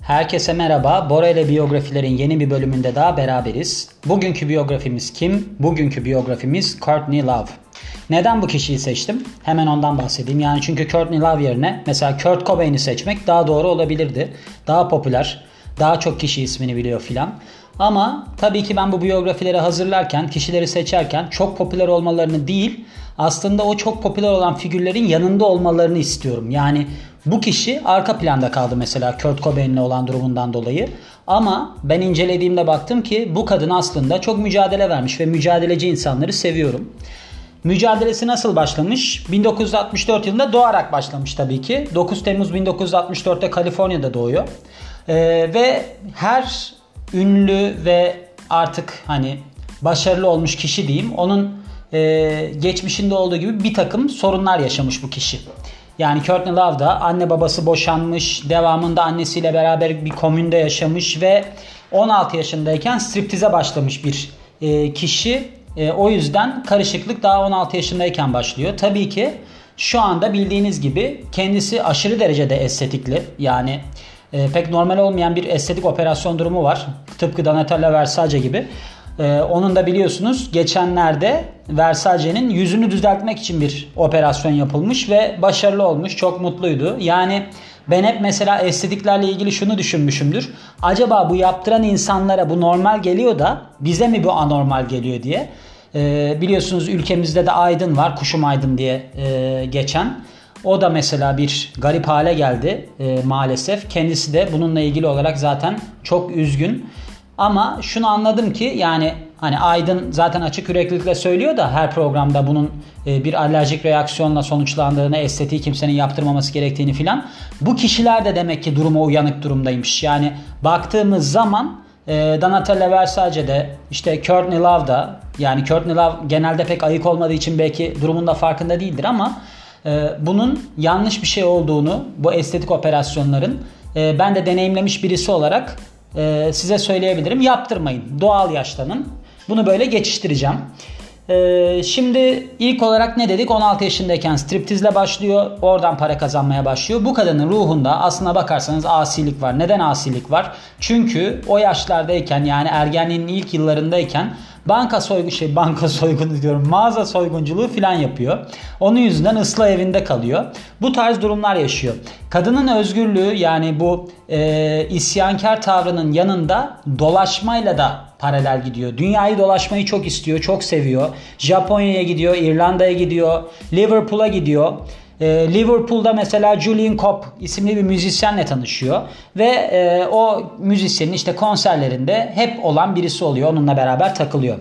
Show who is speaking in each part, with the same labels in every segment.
Speaker 1: Herkese merhaba. Bora ile biyografilerin yeni bir bölümünde daha beraberiz. Bugünkü biyografimiz kim? Bugünkü biyografimiz Courtney Love. Neden bu kişiyi seçtim? Hemen ondan bahsedeyim. Yani çünkü Courtney Love yerine mesela Kurt Cobain'i seçmek daha doğru olabilirdi. Daha popüler, daha çok kişi ismini biliyor filan. Ama tabii ki ben bu biyografileri hazırlarken, kişileri seçerken çok popüler olmalarını değil, aslında o çok popüler olan figürlerin yanında olmalarını istiyorum. Yani bu kişi arka planda kaldı mesela Kurt Cobain'le olan durumundan dolayı. Ama ben incelediğimde baktım ki bu kadın aslında çok mücadele vermiş ve mücadeleci insanları seviyorum. Mücadelesi nasıl başlamış? 1964 yılında doğarak başlamış tabii ki. 9 Temmuz 1964'te Kaliforniya'da doğuyor. Ve her ünlü ve artık hani başarılı olmuş kişi diyeyim, onun geçmişinde olduğu gibi bir takım sorunlar yaşamış bu kişi. Yani Courtney Love da anne babası boşanmış, devamında annesiyle beraber bir komünde yaşamış ve 16 yaşındayken striptize başlamış bir kişi. O yüzden karışıklık daha 16 yaşındayken başlıyor. Tabii ki şu anda bildiğiniz gibi kendisi aşırı derecede estetikli. Yani pek normal olmayan bir estetik operasyon durumu var. Tıpkı Donatella Versace gibi. Onun da biliyorsunuz geçenlerde Versace'nin yüzünü düzeltmek için bir operasyon yapılmış ve başarılı olmuş. Çok mutluydu. Yani ben hep mesela estetiklerle ilgili şunu düşünmüşümdür. Acaba bu yaptıran insanlara bu normal geliyor da bize mi bu anormal geliyor diye. Biliyorsunuz ülkemizde de Aydın var. Kuşum Aydın diye geçen. O da mesela bir garip hale geldi maalesef. Kendisi de bununla ilgili olarak zaten çok üzgün. Ama şunu anladım ki yani hani Aydın zaten açık yüreklilikle söylüyor da her programda bunun bir alerjik reaksiyonla sonuçlandığını, estetiği kimsenin yaptırmaması gerektiğini filan. Bu kişiler de demek ki duruma uyanık durumdaymış. Yani baktığımız zaman Donatella Versace'de, işte Courtney Love'da, yani Courtney Love genelde pek ayık olmadığı için belki durumun da farkında değildir ama bunun yanlış bir şey olduğunu, bu estetik operasyonların ben de deneyimlemiş birisi olarak size söyleyebilirim. Yaptırmayın. Doğal yaşlanın. Bunu böyle geçiştireceğim. Şimdi ilk olarak ne dedik? 16 yaşındayken striptizle başlıyor. Oradan para kazanmaya başlıyor. Bu kadının ruhunda aslına bakarsanız asilik var. Neden asilik var? Çünkü o yaşlardayken, yani ergenliğin ilk yıllarındayken mağaza soygunculuğu falan yapıyor. Onun yüzünden ıslah evinde kalıyor. Bu tarz durumlar yaşıyor. Kadının özgürlüğü, yani bu isyankar tavrının yanında dolaşmayla da paralel gidiyor. Dünyayı dolaşmayı çok istiyor, çok seviyor. Japonya'ya gidiyor, İrlanda'ya gidiyor, Liverpool'a gidiyor. Liverpool'da mesela Julian Cobb isimli bir müzisyenle tanışıyor ve o müzisyenin işte konserlerinde hep olan birisi oluyor. Onunla beraber takılıyor.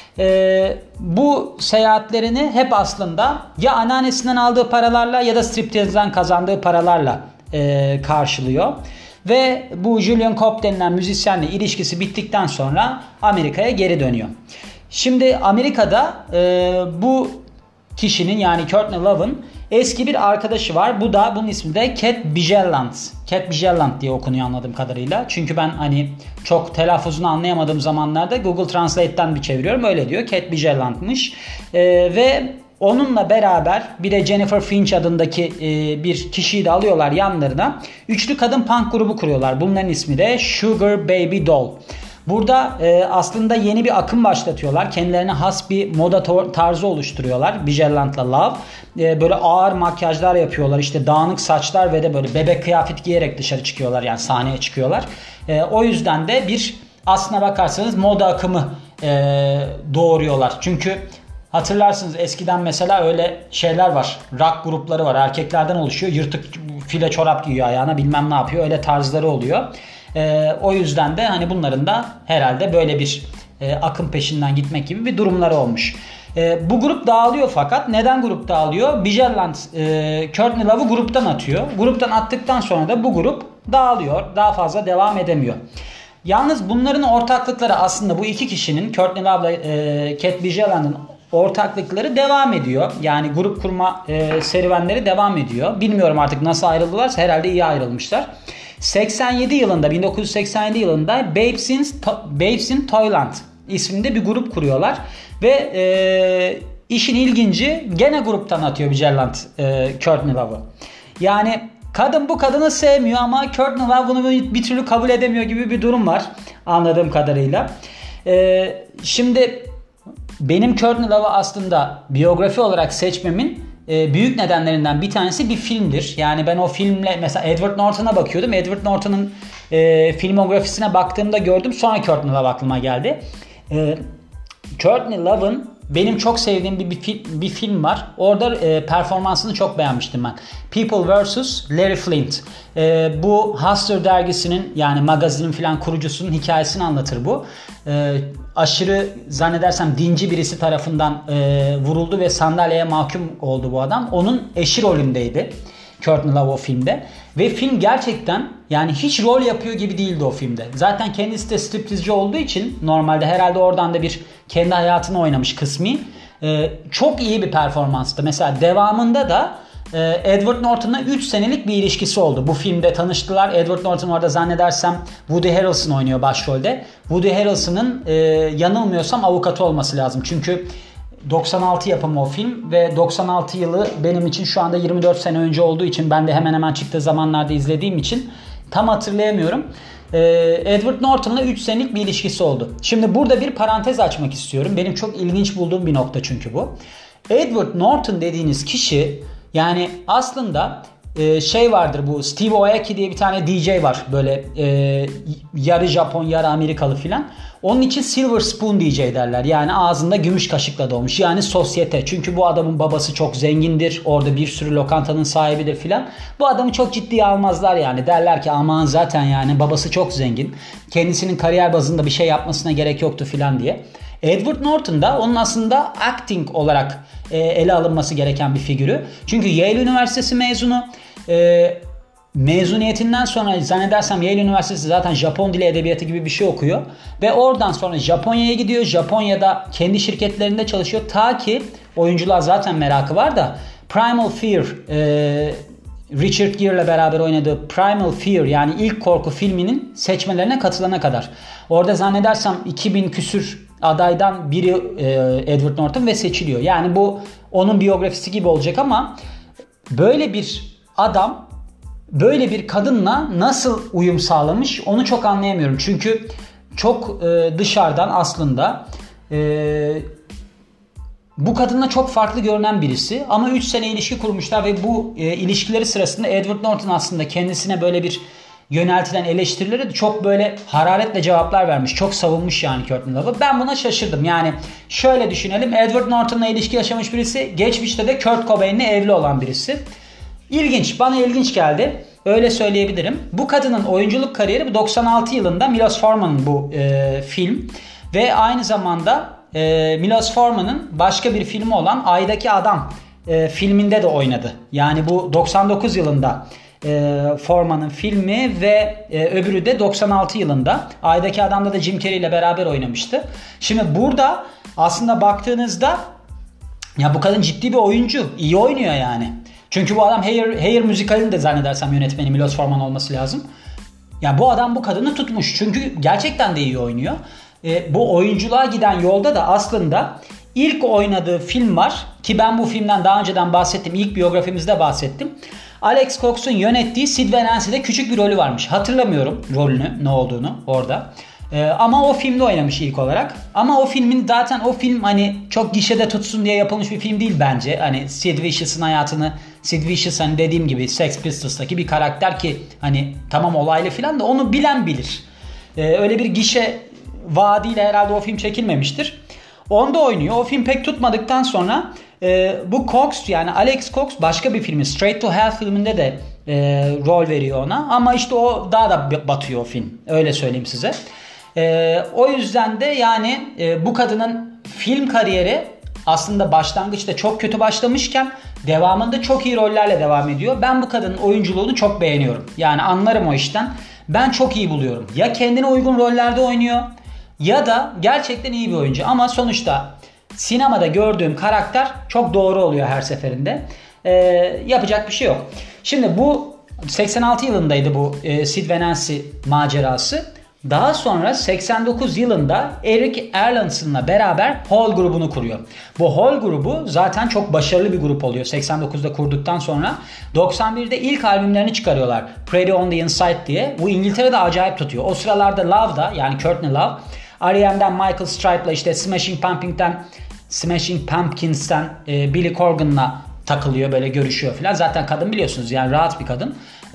Speaker 1: Bu seyahatlerini hep aslında ya anneannesinden aldığı paralarla ya da striptizden kazandığı paralarla karşılıyor. Ve bu Julian Cobb denilen müzisyenle ilişkisi bittikten sonra Amerika'ya geri dönüyor. Şimdi Amerika'da bu kişinin, yani Courtney Love'ın eski bir arkadaşı var. Bunun ismi de Cat Bjelland. Cat Bjelland diye okunuyor anladığım kadarıyla. Çünkü ben hani çok telaffuzunu anlayamadığım zamanlarda Google Translate'ten bir çeviriyorum. Öyle diyor. Cat Bjelland'mış. Ve onunla beraber bir de Jennifer Finch adındaki bir kişiyi de alıyorlar yanlarına. Üçlü kadın punk grubu kuruyorlar. Bunların ismi de Sugar Baby Doll. Burada aslında yeni bir akım başlatıyorlar. Kendilerine has bir moda tarzı oluşturuyorlar. Bjelland'la Love. Böyle ağır makyajlar yapıyorlar. İşte dağınık saçlar ve de böyle bebek kıyafet giyerek dışarı çıkıyorlar. Yani sahneye çıkıyorlar. O yüzden de bir aslına bakarsanız moda akımı doğuruyorlar. Çünkü hatırlarsınız eskiden mesela öyle şeyler var. Rock grupları var. Erkeklerden oluşuyor. Yırtık file çorap giyiyor ayağına, bilmem ne yapıyor. Öyle tarzları oluyor. O yüzden de hani bunların da herhalde böyle bir akım peşinden gitmek gibi bir durumları olmuş. Bu grup dağılıyor fakat neden grup dağılıyor? Bjelland Courtney Love'ı gruptan atıyor. Gruptan attıktan sonra da bu grup dağılıyor. Daha fazla devam edemiyor. Yalnız bunların ortaklıkları, aslında bu iki kişinin, Courtney Love'la Cat Bjelland'ın ortaklıkları devam ediyor. Yani grup kurma serüvenleri devam ediyor. Bilmiyorum artık nasıl ayrıldılarsa, herhalde iyi ayrılmışlar. 1987 yılında Babes in Toyland isminde bir grup kuruyorlar ve işin ilginci, gene gruptan atıyor Bjelland Courtney Love'ı. Yani Kadın bu kadını sevmiyor ama Courtney Love bunu bir türlü kabul edemiyor gibi bir durum var anladığım kadarıyla. Şimdi benim Courtney Love'ı aslında biyografi olarak seçmemin büyük nedenlerinden bir tanesi bir filmdir. Yani ben o filmle mesela Edward Norton'a bakıyordum. Edward Norton'un filmografisine baktığımda gördüm. Sonra Courtney Love aklıma geldi. Courtney Love'ın benim çok sevdiğim bir film var. Orada performansını çok beğenmiştim ben. People vs. Larry Flynt. Bu Hustler dergisinin yani magazinin filan kurucusunun hikayesini anlatır bu. Aşırı zannedersem dinci birisi tarafından vuruldu ve sandalyeye mahkum oldu bu adam. Onun eşi rolündeydi Courtney Love o filmde. Ve film gerçekten yani hiç rol yapıyor gibi değildi o filmde. Zaten kendisi de striptizci olduğu için normalde herhalde oradan da bir kendi hayatını oynamış kısmi. Çok iyi bir performanstı. Mesela devamında da Edward Norton'la 3 senelik bir ilişkisi oldu. Bu filmde tanıştılar. Edward Norton orada zannedersem Woody Harrelson oynuyor başrolde. Woody Harrelson'ın yanılmıyorsam avukatı olması lazım. Çünkü 96 yapımı o film ve 96 yılı benim için şu anda 24 sene önce olduğu için ben de hemen hemen çıktığı zamanlarda izlediğim için tam hatırlayamıyorum. Edward Norton'la 3 senelik bir ilişkisi oldu. Şimdi burada bir parantez açmak istiyorum. Benim çok ilginç bulduğum bir nokta çünkü bu. Edward Norton dediğiniz kişi yani aslında şey vardır bu Steve Aoki diye bir tane DJ var böyle yarı Japon yarı Amerikalı filan. Onun için Silver Spoon DJ derler. Yani ağzında gümüş kaşıkla doğmuş. Yani sosyete. Çünkü bu adamın babası çok zengindir. Orada bir sürü lokantanın sahibidir filan. Bu adamı çok ciddiye almazlar yani. Derler ki aman zaten yani babası çok zengin. Kendisinin kariyer bazında bir şey yapmasına gerek yoktu filan diye. Edward Norton da onun aslında acting olarak ele alınması gereken bir figürü. Çünkü Yale Üniversitesi mezunu. Mezuniyetinden sonra zannedersem Yale Üniversitesi zaten Japon dili edebiyatı gibi bir şey okuyor. Ve oradan sonra Japonya'ya gidiyor. Japonya'da kendi şirketlerinde çalışıyor. Ta ki oyunculuğa zaten merakı var da Primal Fear, Richard Gere'le beraber oynadığı Primal Fear yani ilk korku filminin seçmelerine katılana kadar. Orada zannedersem 2000 küsür adaydan biri Edward Norton ve seçiliyor. Yani bu onun biyografisi gibi olacak ama böyle bir adam böyle bir kadınla nasıl uyum sağlamış onu çok anlayamıyorum. Çünkü çok dışarıdan aslında bu kadınla çok farklı görünen birisi. Ama 3 sene ilişki kurmuşlar ve bu ilişkileri sırasında Edward Norton aslında kendisine böyle bir yöneltilen eleştirilere de çok böyle hararetle cevaplar vermiş. Çok savunmuş yani Courtney Love'ı. Ben buna şaşırdım. Yani şöyle düşünelim. Edward Norton'la ilişki yaşamış birisi. Geçmişte de Kurt Cobain'le evli olan birisi. İlginç. Bana ilginç geldi. Öyle söyleyebilirim. Bu kadının oyunculuk kariyeri 96 yılında Milos Forman'ın bu film. Ve aynı zamanda Milos Forman'ın başka bir filmi olan Ay'daki Adam filminde de oynadı. Yani bu 99 yılında Forman'ın filmi ve öbürü de 96 yılında. Ay'daki Adam'da da Jim Carrey ile beraber oynamıştı. Şimdi burada aslında baktığınızda ya bu kadın ciddi bir oyuncu. İyi oynuyor yani. Çünkü bu adam Hair müzikalinin de zannedersem yönetmeni Milos Forman olması lazım. Ya bu adam bu kadını tutmuş. Çünkü gerçekten de iyi oynuyor. Bu oyunculuğa giden yolda da aslında ilk oynadığı film var. Ki ben bu filmden daha önceden bahsettim. İlk biyografimizde bahsettim. Alex Cox'un yönettiği Sid ve Nancy'de küçük bir rolü varmış. Hatırlamıyorum rolünü ne olduğunu orada. Ama o filmde oynamış ilk olarak. Ama o filmin zaten o film hani çok gişede tutsun diye yapılmış bir film değil bence. Hani Sid Vicious'ın hayatını Sid Vicious hani dediğim gibi Sex Pistols'taki bir karakter ki hani tamam olaylı falan da onu bilen bilir. Öyle bir gişe vaadiyle herhalde o film çekilmemiştir. Onda oynuyor. O film pek tutmadıktan sonra bu Cox yani Alex Cox başka bir filmi Straight to Hell filminde de rol veriyor ona. Ama işte o daha da batıyor o film. Öyle söyleyeyim size. O yüzden de yani bu kadının film kariyeri aslında başlangıçta çok kötü başlamışken devamında çok iyi rollerle devam ediyor. Ben bu kadının oyunculuğunu çok beğeniyorum. Yani anlarım o işten. Ben çok iyi buluyorum. Ya kendine uygun rollerde oynuyor ya da gerçekten iyi bir oyuncu. Ama sonuçta sinemada gördüğüm karakter çok doğru oluyor her seferinde. Yapacak bir şey yok. Şimdi bu 86 yılındaydı bu Sid ve Nancy macerası. Daha sonra 89 yılında Eric Erlandson'la beraber Hole grubunu kuruyor. Bu Hole grubu zaten çok başarılı bir grup oluyor 89'da kurduktan sonra. 91'de ilk albümlerini çıkarıyorlar. Pretty on the Inside diye. Bu İngiltere'de acayip tutuyor. O sıralarda Love'da, yani Courtney Love, R.E.M'den Michael Stipe'la, işte Smashing Pumpkins'ten Billy Corgan'la takılıyor, böyle görüşüyor falan. Zaten kadın biliyorsunuz, yani rahat bir kadın.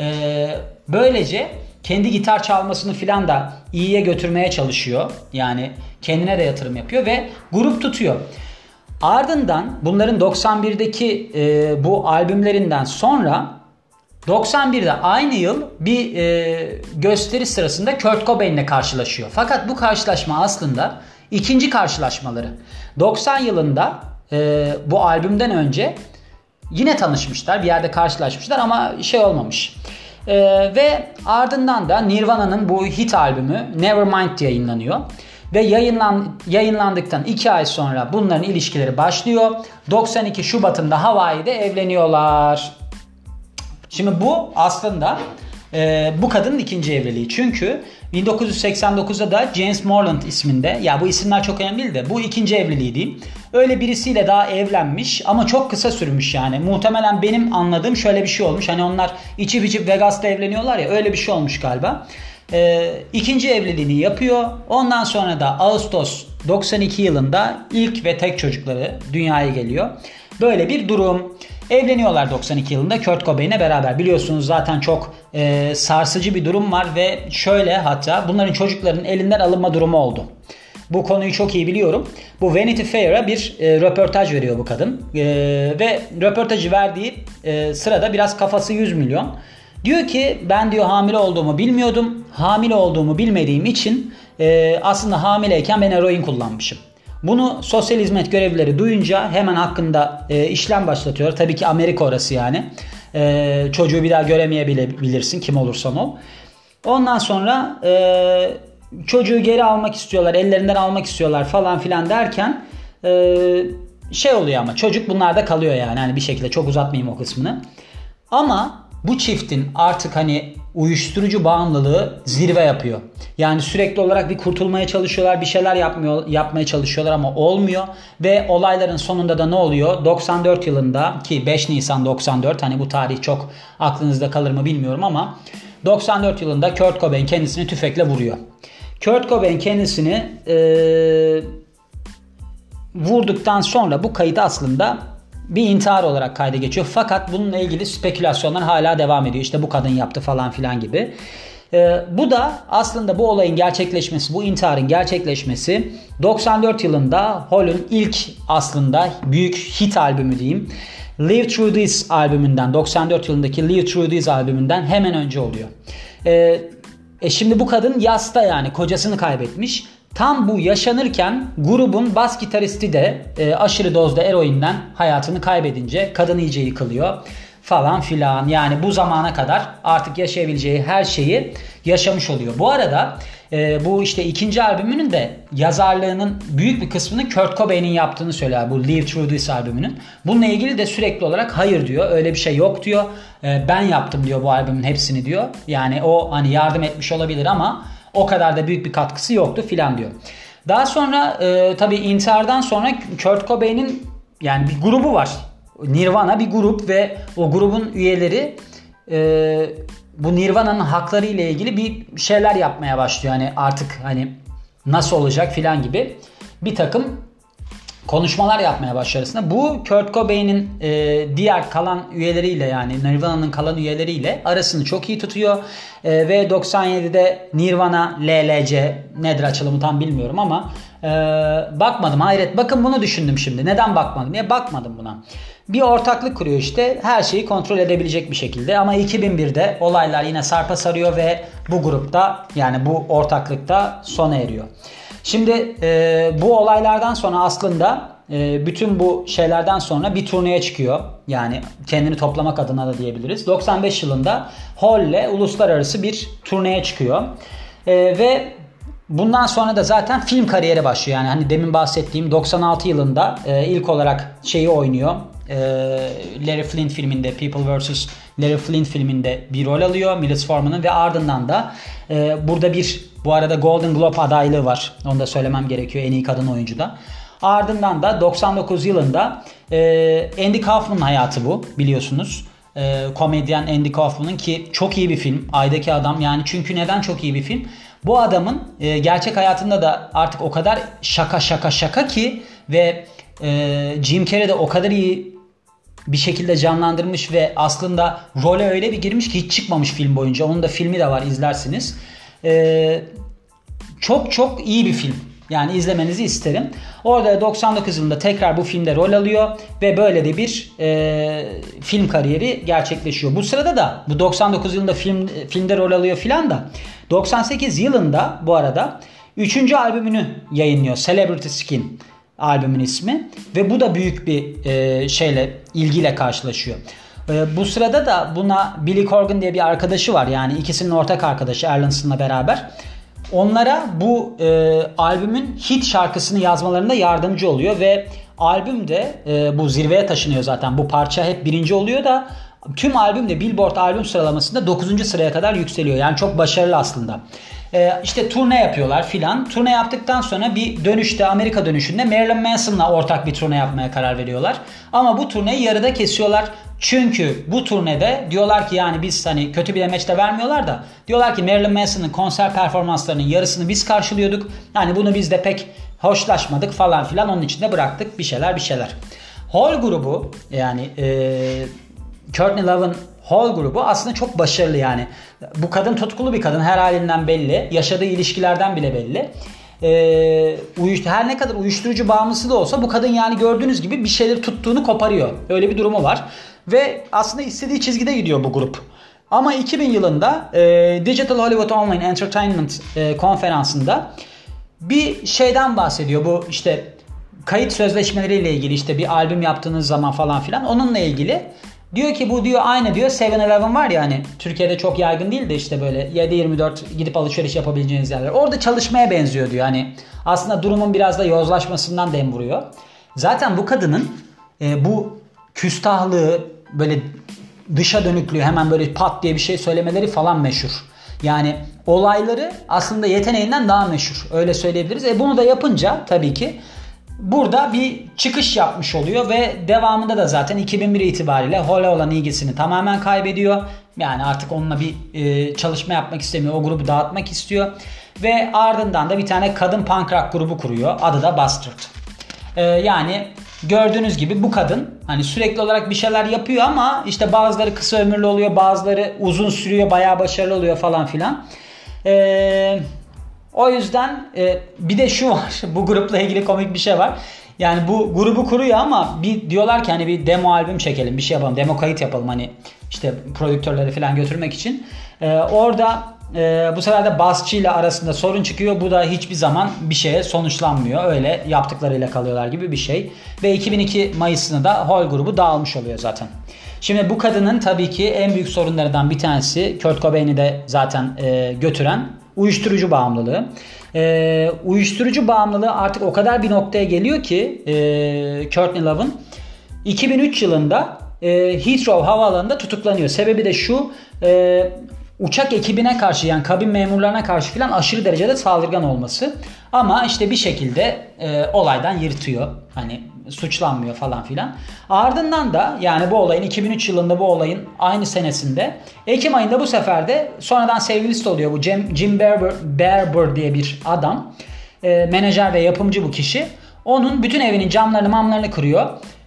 Speaker 1: Böylece kendi gitar çalmasını filan da iyiye götürmeye çalışıyor. Yani kendine de yatırım yapıyor ve grup tutuyor. Ardından bunların 91'deki bu albümlerinden sonra 91'de aynı yıl bir gösteri sırasında Kurt Cobain'le karşılaşıyor. Fakat bu karşılaşma aslında ikinci karşılaşmaları. 90 yılında bu albümden önce yine tanışmışlar, bir yerde karşılaşmışlar ama şey olmamış. Ve ardından da Nirvana'nın bu hit albümü Nevermind yayınlanıyor. Ve yayınlandıktan 2 ay sonra bunların ilişkileri başlıyor. 92 Şubat'ında Hawaii'de evleniyorlar. Şimdi bu aslında bu kadının ikinci evliliği. Çünkü 1989'da da James Morland isminde, ya bu isimler çok önemli değil de bu ikinci evliliği diyeyim. Öyle birisiyle daha evlenmiş ama çok kısa sürmüş yani. Muhtemelen benim anladığım şöyle bir şey olmuş. Hani onlar içip içip Vegas'ta evleniyorlar ya, öyle bir şey olmuş galiba. İkinci evliliğini yapıyor. Ondan sonra da Ağustos 92 yılında ilk ve tek çocukları dünyaya geliyor. Böyle bir durum. Evleniyorlar 92 yılında Kurt Cobain'le beraber. Biliyorsunuz zaten çok sarsıcı bir durum var ve şöyle, hatta bunların çocuklarının elinden alınma durumu oldu. Bu konuyu çok iyi biliyorum. Bu Vanity Fair'a bir röportaj veriyor bu kadın. Ve röportajı verdiği sırada biraz kafası 100 milyon. Diyor ki ben diyor hamile olduğumu bilmiyordum. Hamile olduğumu bilmediğim için aslında hamileyken ben eroin kullanmışım. Bunu sosyal hizmet görevlileri duyunca hemen hakkında işlem başlatıyor. Tabii ki Amerika orası yani. Çocuğu bir daha göremeyebilirsin kim olursan ol. Ondan sonra çocuğu geri almak istiyorlar, ellerinden almak istiyorlar falan filan derken şey oluyor ama çocuk bunlarda kalıyor yani. Hani bir şekilde, çok uzatmayayım o kısmını. Ama bu çiftin artık hani uyuşturucu bağımlılığı zirve yapıyor. Yani sürekli olarak bir kurtulmaya çalışıyorlar, bir şeyler yapmaya çalışıyorlar ama olmuyor. Ve olayların sonunda da ne oluyor? 94 yılında, ki 5 Nisan 94, hani bu tarih çok aklınızda kalır mı bilmiyorum ama 94 yılında Kurt Cobain kendisini tüfekle vuruyor. Kurt Cobain kendisini vurduktan sonra bu kayıt aslında bir intihar olarak kayda geçiyor. Fakat bununla ilgili spekülasyonlar hala devam ediyor. İşte bu kadın yaptı falan filan gibi. Bu da aslında bu olayın gerçekleşmesi, bu intiharın gerçekleşmesi 94 yılında Hole'un ilk aslında büyük hit albümü diyeyim. Live Through This albümünden, 94 yılındaki Live Through This albümünden hemen önce oluyor. Şimdi bu kadın yasta, yani kocasını kaybetmiş. Tam bu yaşanırken grubun bas gitaristi de aşırı dozda eroinden hayatını kaybedince kadın iyice yıkılıyor falan filan. Yani bu zamana kadar artık yaşayabileceği her şeyi yaşamış oluyor. Bu arada bu işte ikinci albümünün de yazarlığının büyük bir kısmını Kurt Cobain'in yaptığını söyler, bu Live Through This albümünün. Bununla ilgili de sürekli olarak hayır diyor, öyle bir şey yok diyor. Ben yaptım diyor bu albümün hepsini diyor. Yani o hani yardım etmiş olabilir ama o kadar da büyük bir katkısı yoktu filan diyor. Daha sonra tabii intihardan sonra Kurt Cobain'in yani bir grubu var. Nirvana bir grup ve o grubun üyeleri bu Nirvana'nın hakları ile ilgili bir şeyler yapmaya başlıyor. Yani artık hani nasıl olacak filan gibi bir takım konuşmalar yapmaya başlıyor arasında. Bu Kurt Cobain'in diğer kalan üyeleriyle, yani Nirvana'nın kalan üyeleriyle arasını çok iyi tutuyor. Ve 97'de Nirvana LLC, nedir açılımı tam bilmiyorum ama bakmadım, hayret. Bakın bunu düşündüm şimdi. Neden bakmadım? Ya bakmadım buna. Bir ortaklık kuruyor işte, her şeyi kontrol edebilecek bir şekilde, ama 2001'de olaylar yine sarpa sarıyor ve bu grupta, yani bu ortaklıkta sona eriyor. Şimdi bu olaylardan sonra aslında bütün bu şeylerden sonra bir turneye çıkıyor. Yani kendini toplamak adına da diyebiliriz. 95 yılında Hole'le uluslararası bir turneye çıkıyor. Ve bundan sonra da zaten film kariyeri başlıyor. Yani hani demin bahsettiğim 96 yılında ilk olarak şeyi oynuyor. Larry Flint filminde, People vs. Larry Flint filminde bir rol alıyor, Milos Forman'ın, ve ardından da burada bir Bu arada Golden Globe adaylığı var. Onu da söylemem gerekiyor en iyi kadın oyuncuda. Ardından da 99 yılında Andy Kaufman'ın hayatı bu, biliyorsunuz. Komedyen Andy Kaufman'ın, ki çok iyi bir film. Aydaki Adam, yani çünkü neden çok iyi bir film? Bu adamın gerçek hayatında da artık o kadar şaka ki ve Jim Carrey de o kadar iyi bir şekilde canlandırmış ve aslında role öyle bir girmiş ki hiç çıkmamış film boyunca. Onun da filmi de var, izlersiniz. Çok iyi bir film. Yani izlemenizi isterim. Orada 99 yılında tekrar bu filmde rol alıyor ve böyle de bir film kariyeri gerçekleşiyor. Bu sırada da bu 99 yılında filmde rol alıyor filan da 98 yılında bu arada 3. albümünü yayınlıyor. Celebrity Skin albümün ismi ve bu da büyük bir ilgiyle karşılaşıyor. Bu sırada da buna Billy Corgan diye bir arkadaşı var. Yani ikisinin ortak arkadaşı Erlandson'la beraber. Onlara bu albümün hit şarkısını yazmalarında yardımcı oluyor ve albümde bu zirveye taşınıyor zaten. Bu parça hep birinci oluyor da tüm albümde Billboard albüm sıralamasında 9. sıraya kadar yükseliyor. Yani çok başarılı aslında. İşte turne yapıyorlar filan. Turne yaptıktan sonra bir dönüşte, Amerika dönüşünde Marilyn Manson'la ortak bir turne yapmaya karar veriyorlar. Ama bu turneyi yarıda kesiyorlar. Çünkü bu turnede diyorlar ki, yani biz hani kötü bir demeç de vermiyorlar da, diyorlar ki Marilyn Manson'ın konser performanslarının yarısını biz karşılıyorduk. Yani bunu biz de pek hoşlaşmadık falan filan, onun için de bıraktık bir şeyler. Hole grubu, yani Courtney Love'ın Hole grubu aslında çok başarılı yani. Bu kadın tutkulu bir kadın, her halinden belli. Yaşadığı ilişkilerden bile belli. Her ne kadar uyuşturucu bağımlısı da olsa bu kadın, yani gördüğünüz gibi bir şeyleri tuttuğunu koparıyor. Öyle bir durumu var. Ve aslında istediği çizgide gidiyor bu grup. Ama 2000 yılında Digital Hollywood Online Entertainment konferansında bir şeyden bahsediyor. Bu işte kayıt sözleşmeleriyle ilgili, işte bir albüm yaptığınız zaman falan filan, onunla ilgili. Diyor ki bu diyor aynı diyor 7-Eleven var ya, hani Türkiye'de çok yaygın değil de işte böyle 7-24 gidip alışveriş yapabileceğiniz yerler. Orada çalışmaya benziyor diyor. Hani aslında durumun biraz da yozlaşmasından dem vuruyor. Zaten bu kadının bu küstahlığı, böyle dışa dönüklüğü, hemen böyle pat diye bir şey söylemeleri falan meşhur. Yani olayları aslında yeteneğinden daha meşhur. Öyle söyleyebiliriz. Bunu da yapınca tabii ki burada bir çıkış yapmış oluyor ve devamında da zaten 2001 itibariyle Hole'e olan ilgisini tamamen kaybediyor. Yani artık onunla bir çalışma yapmak istemiyor. O grubu dağıtmak istiyor. Ve ardından da bir tane kadın punk rock grubu kuruyor. Adı da Bastard. Yani gördüğünüz gibi bu kadın hani sürekli olarak bir şeyler yapıyor ama işte bazıları kısa ömürlü oluyor, bazıları uzun sürüyor, bayağı başarılı oluyor falan filan. O yüzden bir de şu var, bu grupla ilgili komik bir şey var. Yani bu grubu kuruyor ama bir diyorlar ki hani bir demo albüm çekelim, bir şey yapalım, demo kayıt yapalım, hani işte prodüktörleri falan götürmek için. Orada bu sefer de basçıyla arasında sorun çıkıyor. Bu da hiçbir zaman bir şeye sonuçlanmıyor. Öyle yaptıklarıyla kalıyorlar gibi bir şey. Ve 2002 Mayıs'ında da Hole grubu dağılmış oluyor zaten. Şimdi bu kadının tabii ki en büyük sorunlarından bir tanesi, Kurt Cobain'i de zaten götüren uyuşturucu bağımlılığı. Uyuşturucu bağımlılığı artık o kadar bir noktaya geliyor ki Courtney Love'ın 2003 yılında Heathrow havaalanında tutuklanıyor. Sebebi de şu, uçak ekibine karşı, yani kabin memurlarına karşı filan aşırı derecede saldırgan olması. Ama işte bir şekilde olaydan yırtıyor. Hani suçlanmıyor falan filan. Ardından da yani bu olayın 2003 yılında, bu olayın aynı senesinde Ekim ayında bu sefer de sonradan sevgilisi oluyor bu Jim Barber diye bir adam. Menajer ve yapımcı bu kişi. Onun bütün evinin camlarını mamlarını kırıyor.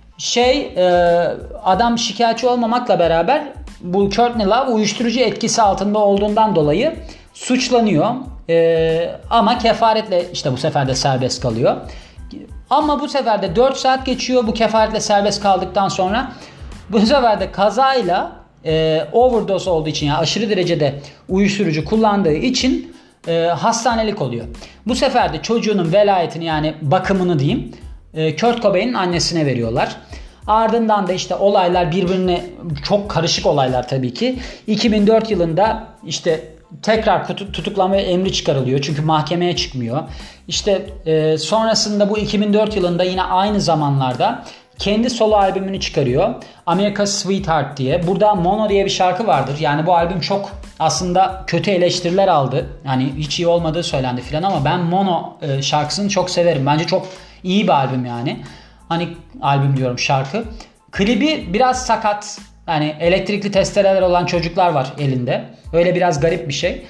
Speaker 1: Adam şikayetçi olmamakla beraber bu Courtney Love uyuşturucu etkisi altında olduğundan dolayı suçlanıyor. Ama kefaretle işte bu sefer de serbest kalıyor. Ama bu sefer de 4 saat geçiyor bu kefaretle serbest kaldıktan sonra. Bu sefer de kazayla overdose olduğu için, yani aşırı derecede uyuşturucu kullandığı için hastanelik oluyor. Bu sefer de çocuğunun velayetini, yani bakımını diyeyim, Kurt Cobain'in annesine veriyorlar. Ardından da işte olaylar birbirine, çok karışık olaylar tabii ki. 2004 yılında işte tekrar tutuklama emri çıkarılıyor. Çünkü mahkemeye çıkmıyor. İşte sonrasında bu 2004 yılında yine aynı zamanlarda kendi solo albümünü çıkarıyor. America's Sweetheart diye. Burada Mono diye bir şarkı vardır. Yani bu albüm çok aslında kötü eleştiriler aldı. Yani hiç iyi olmadığı söylendi filan ama ben Mono şarkısını çok severim. Bence çok iyi bir albüm yani. Hani albüm diyorum, şarkı. Klibi biraz sakat. Yani elektrikli testereler olan çocuklar var elinde. Öyle biraz garip bir şey.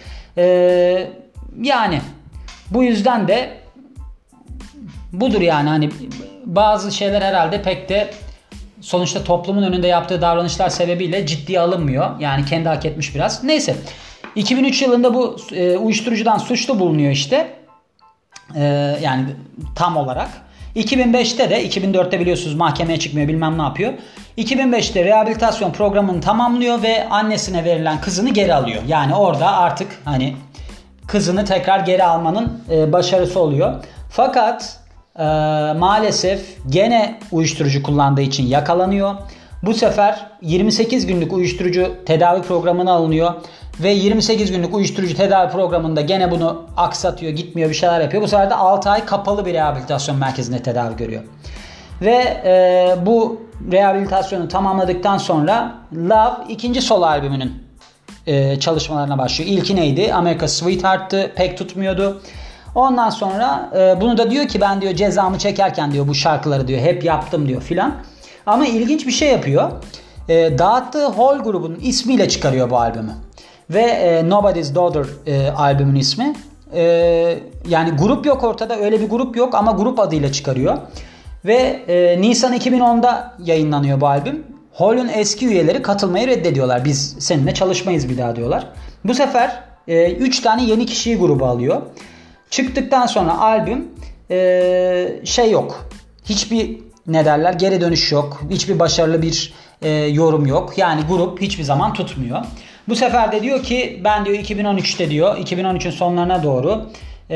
Speaker 1: Yani bu yüzden de budur yani, hani bazı şeyler herhalde pek de sonuçta toplumun önünde yaptığı davranışlar sebebiyle ciddiye alınmıyor. Yani kendi hak etmiş biraz. Neyse. 2003 yılında bu uyuşturucudan suçlu bulunuyor işte. Yani tam olarak. 2005'te de, 2004'te biliyorsunuz mahkemeye çıkmıyor, bilmem ne yapıyor. 2005'te rehabilitasyon programını tamamlıyor ve annesine verilen kızını geri alıyor. Yani orada artık hani kızını tekrar geri almanın başarısı oluyor. Fakat maalesef gene uyuşturucu kullandığı için yakalanıyor. Bu sefer 28 günlük uyuşturucu tedavi programına alınıyor. Ve 28 günlük uyuşturucu tedavi programında gene bunu aksatıyor, gitmiyor, bir şeyler yapıyor. Bu sefer de 6 ay kapalı bir rehabilitasyon merkezinde tedavi görüyor. Ve bu rehabilitasyonu tamamladıktan sonra Love ikinci solo albümünün çalışmalarına başlıyor. İlki neydi? America's Sweetheart'tı. Pek tutmuyordu. Ondan sonra bunu da diyor ki ben diyor cezamı çekerken diyor bu şarkıları diyor hep yaptım diyor filan. Ama ilginç bir şey yapıyor. Dağıttığı Hole grubunun ismiyle çıkarıyor bu albümü. Ve Nobody's Daughter albümün ismi. Yani grup yok ortada, öyle bir grup yok ama grup adıyla çıkarıyor. Ve Nisan 2010'da yayınlanıyor bu albüm. Hole'un eski üyeleri katılmayı reddediyorlar. Biz seninle çalışmayız bir daha diyorlar. Bu sefer 3 tane yeni kişiyi gruba alıyor. Çıktıktan sonra albüm şey yok. Hiçbir geri dönüş yok. Hiçbir başarılı bir yorum yok. Yani grup hiçbir zaman tutmuyor. Bu sefer de diyor ki ben diyor 2013'te diyor 2013'ün sonlarına doğru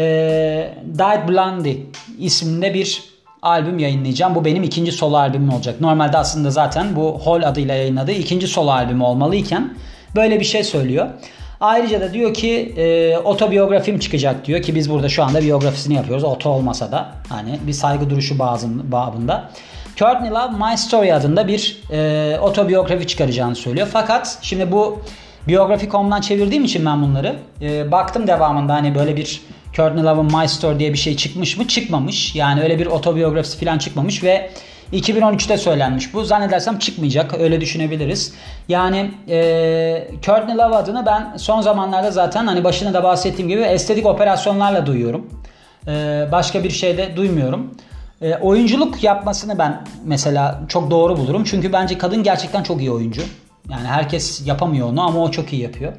Speaker 1: Died Blondie isminde bir albüm yayınlayacağım. Bu benim ikinci solo albümüm olacak. Normalde aslında zaten bu Hole adıyla yayınladığı ikinci solo albümü olmalıyken böyle bir şey söylüyor. Ayrıca da diyor ki otobiyografim çıkacak diyor ki biz burada şu anda biyografisini yapıyoruz. Oto olmasa da hani bir saygı duruşu babında. Courtney Love My Story adında bir otobiyografi çıkaracağını söylüyor. Fakat şimdi bu Biyografi.com'dan çevirdiğim için ben bunları baktım devamında hani böyle bir Courtney Love'ın My Story diye bir şey çıkmış mı? Çıkmamış. Yani öyle bir otobiyografisi falan çıkmamış ve 2013'te söylenmiş bu. Zannedersem çıkmayacak. Öyle düşünebiliriz. Yani Courtney Love adını ben son zamanlarda zaten hani başında da bahsettiğim gibi estetik operasyonlarla duyuyorum. Başka bir şey de duymuyorum. Oyunculuk yapmasını ben mesela çok doğru bulurum. Çünkü bence kadın gerçekten çok iyi oyuncu. Yani herkes yapamıyor onu ama o çok iyi yapıyor.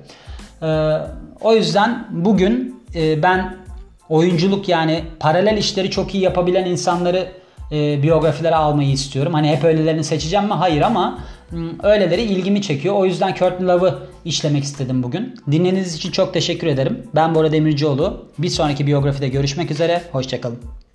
Speaker 1: O yüzden bugün ben oyunculuk yani paralel işleri çok iyi yapabilen insanları biyografilere almayı istiyorum. Hani hep öylelerini seçeceğim mi? Hayır ama öyleleri ilgimi çekiyor. O yüzden Courtney Love'ı işlemek istedim bugün. Dinlediğiniz için çok teşekkür ederim. Ben Bora Demircioğlu. Bir sonraki biyografide görüşmek üzere. Hoşçakalın.